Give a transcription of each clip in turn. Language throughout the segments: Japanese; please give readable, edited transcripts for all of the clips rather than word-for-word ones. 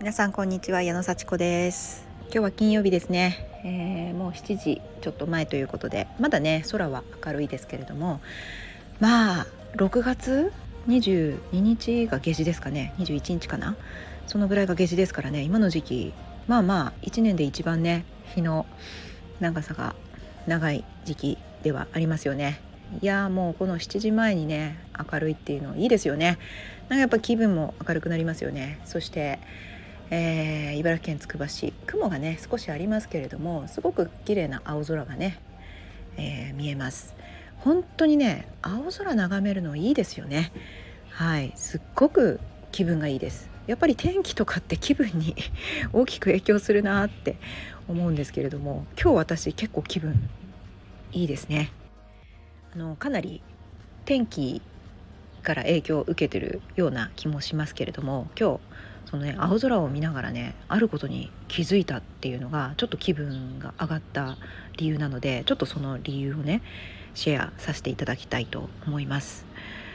皆さんこんにちは、矢野幸子です。今日は金曜日ですね、もう7時ちょっと前ということで、まだね空は明るいですけれども、まあ6月22日が夏至ですかね、21日かな、そのぐらいが夏至ですからね、今の時期まあ1年で一番ね日の長さが長い時期ではありますよね。いやもうこの7時前にね明るいっていうのいいですよね。なんかやっぱ気分も明るくなりますよね。そして茨城県つくば市、雲がね少しありますけれども、すごく綺麗な青空がね、見えます。本当にね青空眺めるのいいですよね。はい、すっごく気分がいいです。やっぱり天気とかって気分に大きく影響するなって思うんですけれども、今日私結構気分いいですね。かなり天気から影響を受けてるような気もしますけれども、今日そのね青空を見ながらねあることに気づいたっていうのがちょっと気分が上がった理由なので、ちょっとその理由をねシェアさせていただきたいと思います。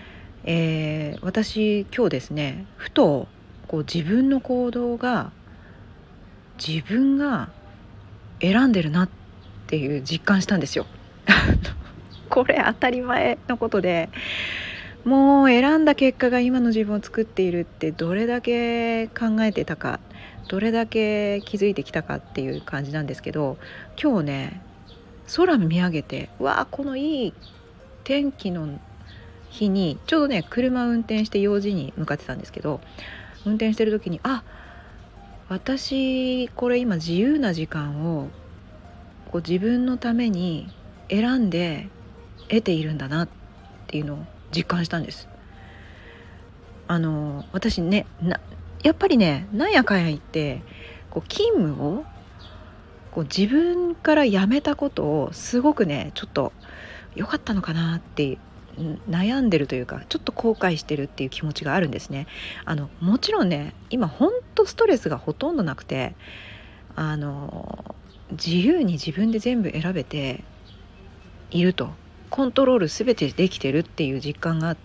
私今日ですね、ふとこう自分の行動が自分が選んでるなっていう実感したんですよ。これ当たり前のことで、もう選んだ結果が今の自分を作っているってどれだけ考えてたか、どれだけ気づいてきたかっていう感じなんですけど、今日ね空見上げて、わあこのいい天気の日にちょうどね車を運転して用事に向かってたんですけど、運転してる時に私これ今自由な時間をこう自分のために選んで得ているんだなっていうのを実感したんです。私ねやっぱりねなんやかんや言ってこう勤務をこう自分から辞めたことをすごくねちょっと良かったのかなって悩んでるというか、ちょっと後悔してるっていう気持ちがあるんですね。もちろんね今ほんとストレスがほとんどなくて、自由に自分で全部選べていると、コントロール全てできてるっていう実感があって、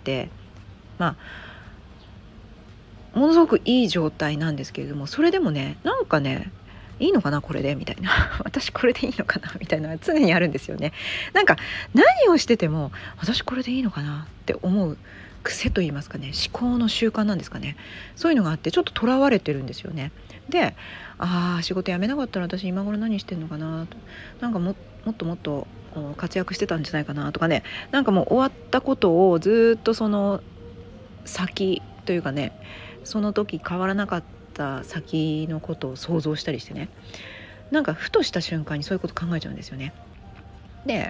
ものすごくいい状態なんですけれども、それでもねなんかねいいのかなこれでみたいな私これでいいのかなみたいなのが常にあるんですよね。なんか何をしてても私これでいいのかなって思う癖と言いますかね、思考の習慣なんですかね、そういうのがあってちょっととらわれてるんですよね。で仕事辞めなかったら私今頃何してんのかなと、なんかもっとこう活躍してたんじゃないかなとかね、なんかもう終わったことをずっとその先というかね、その時変わらなかった先のことを想像したりしてね、なんかふとした瞬間にそういうこと考えちゃうんですよね。で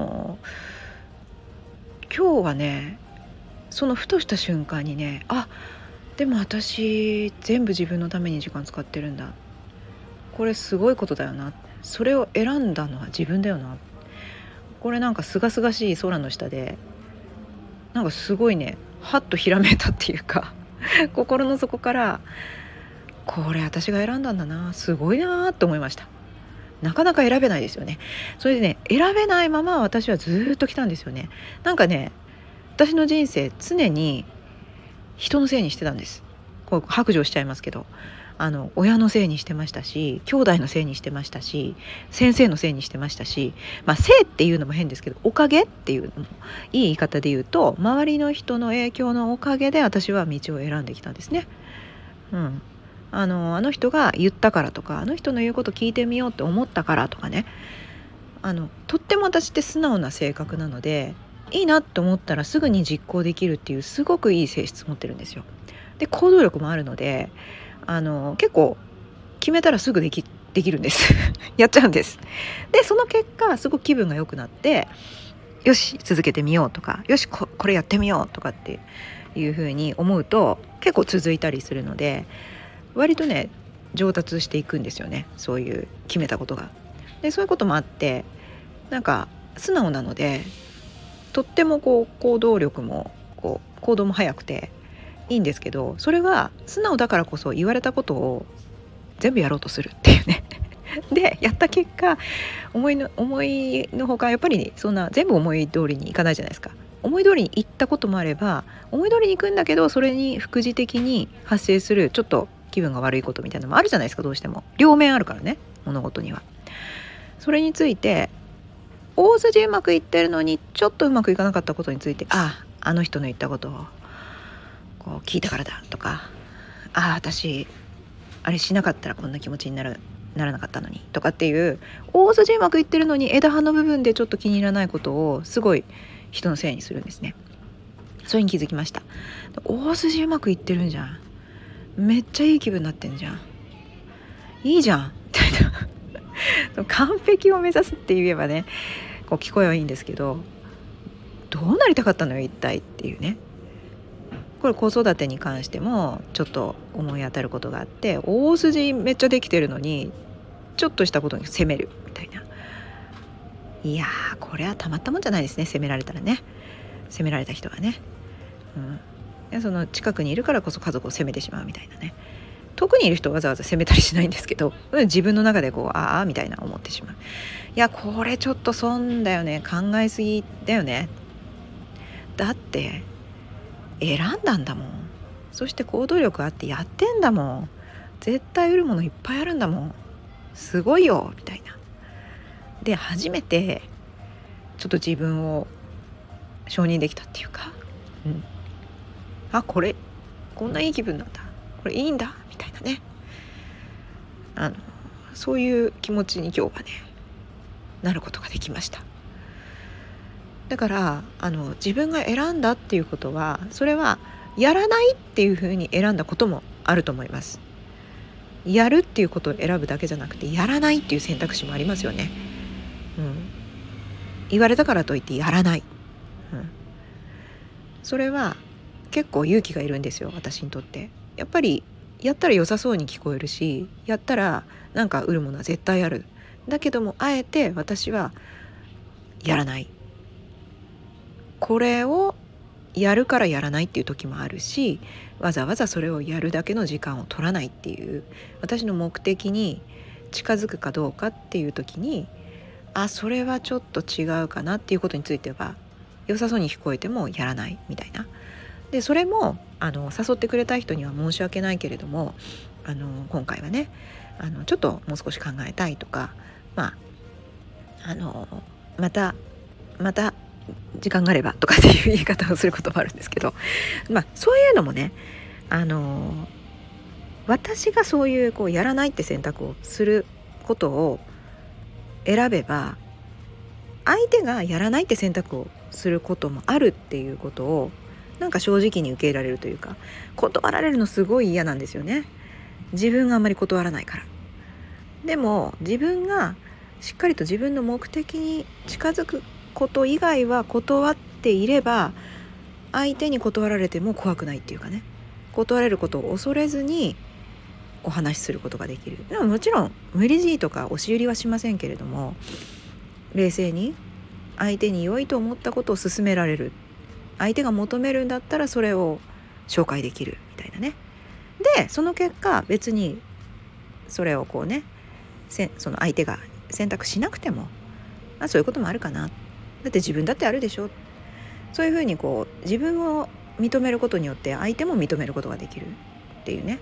今日はねそのふとした瞬間にね、でも私全部自分のために時間使ってるんだ、これすごいことだよな、それを選んだのは自分だよな、これなんか清々しい空の下でなんかすごいねハッとひらめいたっていうか心の底からこれ私が選んだんだな、すごいなと思いました。なかなか選べないですよね。それでね選べないまま私はずっと来たんですよね。なんかね私の人生常に人のせいにしてたんです。こう白状しちゃいますけど、親のせいにしてましたし、兄弟のせいにしてましたし、先生のせいにしてましたし、せいっていうのも変ですけどおかげっていうのもいい言い方で言うと、周りの人の影響のおかげで私は道を選んできたんですね。あの人が言ったからとか、あの人の言うこと聞いてみようって思ったからとかね、とっても私って素直な性格なので、いいなと思ったらすぐに実行できるっていうすごくいい性質持ってるんですよ。で行動力もあるので結構決めたらすぐできるんですやっちゃうんです。でその結果すごく気分が良くなって、よし続けてみようとか、よしこれやってみようとかっていう風に思うと結構続いたりするので、割とね上達していくんですよね、そういう決めたことが。でそういうこともあって、なんか素直なのでとってもこう行動力も行動も早くていいんですけど、それは素直だからこそ言われたことを全部やろうとするっていうねでやった結果思いのほかやっぱりそんな全部思い通りにいかないじゃないですか。思い通りにいったこともあれば、思い通りにいくんだけどそれに副次的に発生するちょっと気分が悪いことみたいなのもあるじゃないですか。どうしても両面あるからね、物事には。それについて大筋うまくいってるのにちょっとうまくいかなかったことについて、あの人の言ったことをこう聞いたからだとか、私あれしなかったらこんな気持ちにならなかったのにとかっていう、大筋うまくいってるのに枝葉の部分でちょっと気に入らないことをすごい人のせいにするんですね。それに気づきました。大筋うまくいってるんじゃん、めっちゃいい気分になってんじゃん、いいじゃんみたいな完璧を目指すって言えばね、こう聞こえはいいんですけど、どうなりたかったのよ一体っていうね。これ子育てに関してもちょっと思い当たることがあって、大筋めっちゃできてるのにちょっとしたことに責めるみたいな。いやー、これはたまったもんじゃないですね。責められたらね、責められた人はね、その近くにいるからこそ家族を責めてしまうみたいなね。遠くにいる人はわざわざ責めたりしないんですけど、自分の中でこうみたいな思ってしまう。いや、これちょっと損だよね、考えすぎだよね。だって選んだんだもん。そして行動力あってやってんだもん。絶対売るものいっぱいあるんだもん。すごいよみたいな。で初めてちょっと自分を承認できたっていうか、これこんないい気分なんだ、これいいんだみたいなね。そういう気持ちに今日はねなることができました。だから自分が選んだっていうことは、それはやらないっていうふうに選んだこともあると思います。やるっていうことを選ぶだけじゃなくて、やらないっていう選択肢もありますよね。言われたからといってやらない、それは結構勇気がいるんですよ、私にとって。やっぱりやったら良さそうに聞こえるし、やったらなんか売るものは絶対ある。だけどもあえて私はやらない。これをやるからやらないっていう時もあるし、わざわざそれをやるだけの時間を取らないっていう、私の目的に近づくかどうかっていう時に、それはちょっと違うかなっていうことについては良さそうに聞こえてもやらないみたいな。でそれも誘ってくれた人には申し訳ないけれども、今回はねちょっともう少し考えたいとか、また時間があればとかっていう言い方をすることもあるんですけど、そういうのもね、私がそういうやらないって選択をすることを選べば、相手がやらないって選択をすることもあるっていうことをなんか正直に受け入れられるというか、断られるのすごい嫌なんですよね。自分があんまり断らないから。でも自分がしっかりと自分の目的に近づくこと以外は断っていれば、相手に断られても怖くないっていうかね、断られることを恐れずにお話しすることができる。でももちろん無理強いとか押し売りはしませんけれども、冷静に相手に良いと思ったことを勧められる、相手が求めるんだったらそれを紹介できるみたいなね。でその結果別にそれをその相手が選択しなくても、そういうこともあるかな、だって自分だってあるでしょ。そういうふうに自分を認めることによって相手も認めることができるっていうね。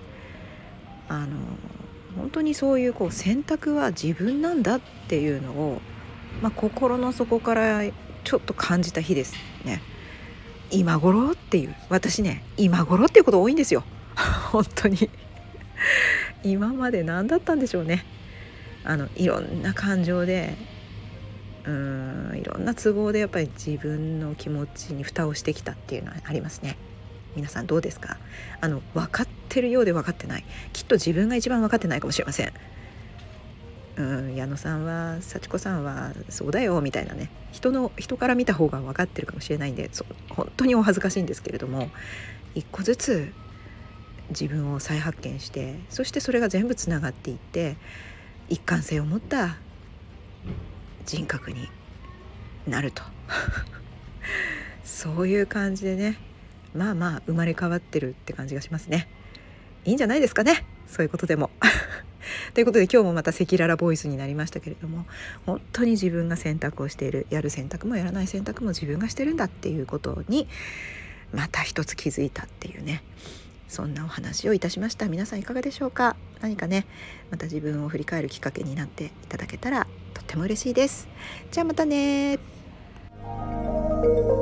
本当にそういう選択は自分なんだっていうのを、心の底からちょっと感じた日ですね。今頃っていう、私ね今頃っていうこと多いんですよ本当に今まで何だったんでしょうね。いろんな感情でいろんな都合でやっぱり自分の気持ちに蓋をしてきたっていうのはありますね。皆さんどうですか？分かってるようで分かってない、きっと自分が一番分かってないかもしれません。矢野さんは幸子さんはそうだよみたいなね、人から見た方が分かってるかもしれないんで、本当にお恥ずかしいんですけれども、一個ずつ自分を再発見して、そしてそれが全部つながっていって一貫性を持った人格になるとそういう感じでね、生まれ変わってるって感じがしますね。いいんじゃないですかね、そういうことでもということで今日もまた赤裸々ボイスになりましたけれども、本当に自分が選択をしている、やる選択もやらない選択も自分がしてるんだっていうことにまた一つ気づいたっていうね、 そんなお話をいたしました。皆さんいかがでしょうか。何かね、また自分を振り返るきっかけになっていただけたらとっても嬉しいです。じゃあまたね。